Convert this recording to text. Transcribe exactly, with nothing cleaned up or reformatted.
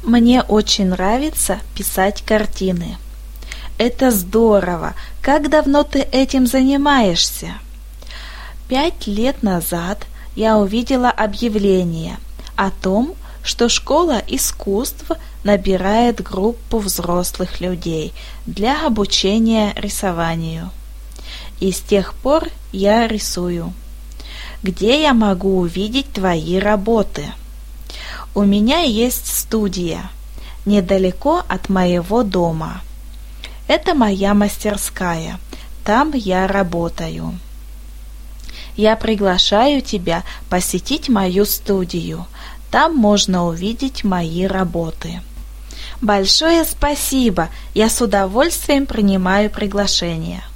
Мне очень нравится писать картины. Это здорово! Как давно ты этим занимаешься? Пять лет назад я увидела объявление о том, что школа искусств набирает группу взрослых людей для обучения рисованию. И с тех пор я рисую. Где я могу увидеть твои работы? У меня есть студия, недалеко от моего дома. Это моя мастерская, там я работаю. Я приглашаю тебя посетить мою студию, там можно увидеть мои работы. Большое спасибо, я с удовольствием принимаю приглашение.